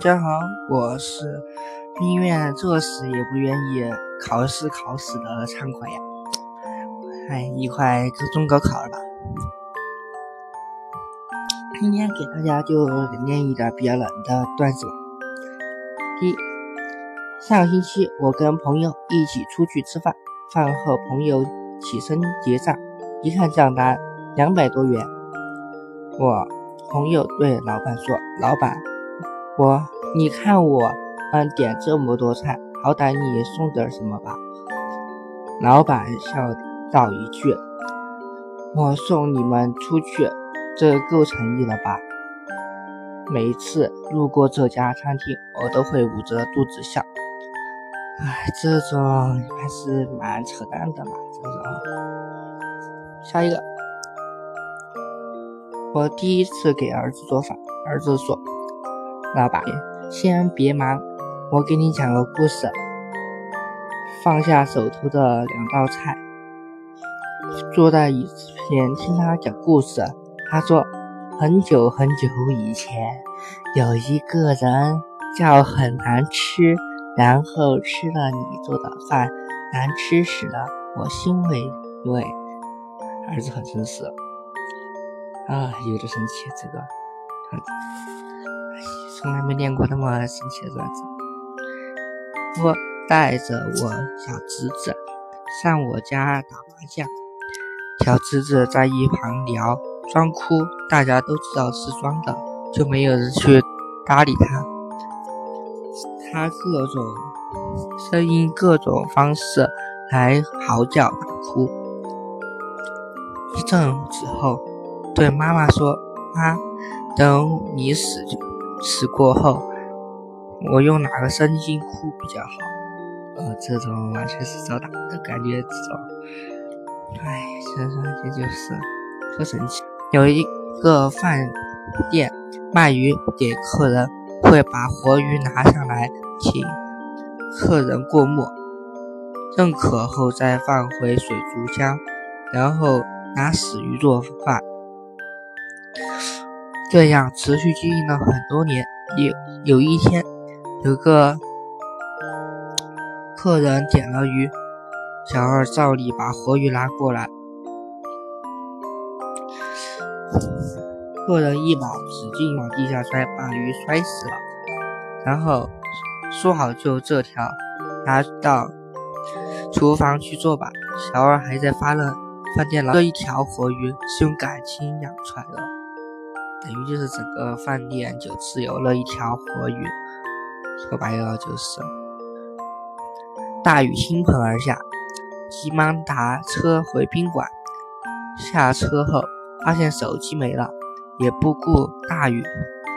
家好，我是宁愿做死也不愿意考试的畅快呀。你快中高考了吧？今天给大家就念一点比较冷的段子吧。第一，上个星期我跟朋友一起出去吃饭，饭后朋友起身结账，一看账单200多元。我朋友对老板说：“老板，你看我点这么多菜，好歹你也送点什么吧。”老板笑道一句：“我送你们出去，这够诚意了吧？”每次路过这家餐厅，我都会捂着肚子笑。这种还是蛮扯淡的嘛，这种。下一个，我第一次给儿子做饭，儿子说：“老爸，先别忙，我给你讲个故事。”放下手头的2道菜，坐在椅子前听他讲故事。他说：“很久很久以前，有一个人叫很难吃，然后吃了你做的饭，难吃死了，我欣慰。”因为儿子很诚实有点生气，这个从来没练过那么生气的段子。我带着我小侄子上我家打麻将，小侄子在一旁聊装哭，大家都知道是装的，就没有人去搭理他。他各种声音各种方式来嚎叫大哭。一阵子后对妈妈说：“妈，等你死过后，我用哪个声音哭比较好？”这种完全是找打的感觉，这种这就是特神奇。有一个饭店卖鱼给客人，会把活鱼拿上来请客人过目，认可后再放回水族箱，然后拿死鱼做饭。这样持续经营了很多年。有一天，有个客人点了鱼，小二照例把活鱼拿过来，客人一把使劲往地下摔，把鱼摔死了。然后说好就这条，拿到厨房去做吧。小二还在发现了这一条活鱼是用感情养出来的，等于就是整个饭店就只有了一条活鱼。说白了就是大雨倾盆而下，急忙打车回宾馆。下车后发现手机没了，也不顾大雨，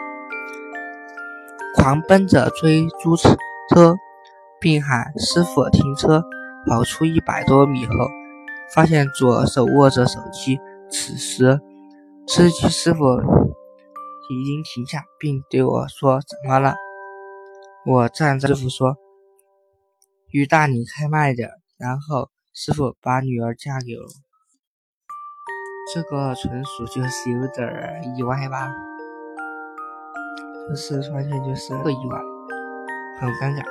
狂奔着追租车，并喊师傅停车。跑出100多米后，发现左手握着手机。此时司机师傅已经停下，并对我说：“怎么了？”我站着，师傅说：“鱼大你开慢点。”然后师傅把女儿嫁给我。这个纯属就是有点意外吧，就是完全就是个意外，很尴尬。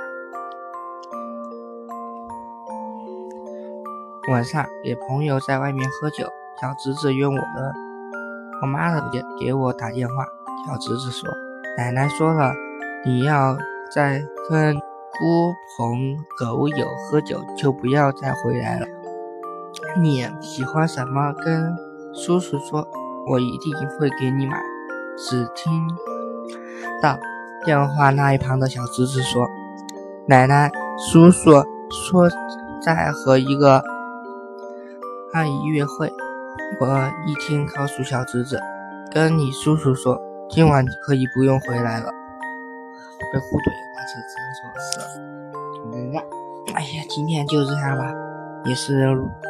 晚上给朋友在外面喝酒，小侄子约我妈的给我打电话。小侄子说：“奶奶说了，你要再跟姑朋狗友喝酒，就不要再回来了。你喜欢什么跟叔叔说，我一定会给你买。”只听到电话那一旁的小侄子说：“奶奶，叔叔说在和一个阿姨约会。”我一听告诉小侄子：“跟你叔叔说，今晚你可以不用回来了。”被互怼了，这只能说是很尴尬。今天就这样吧，也是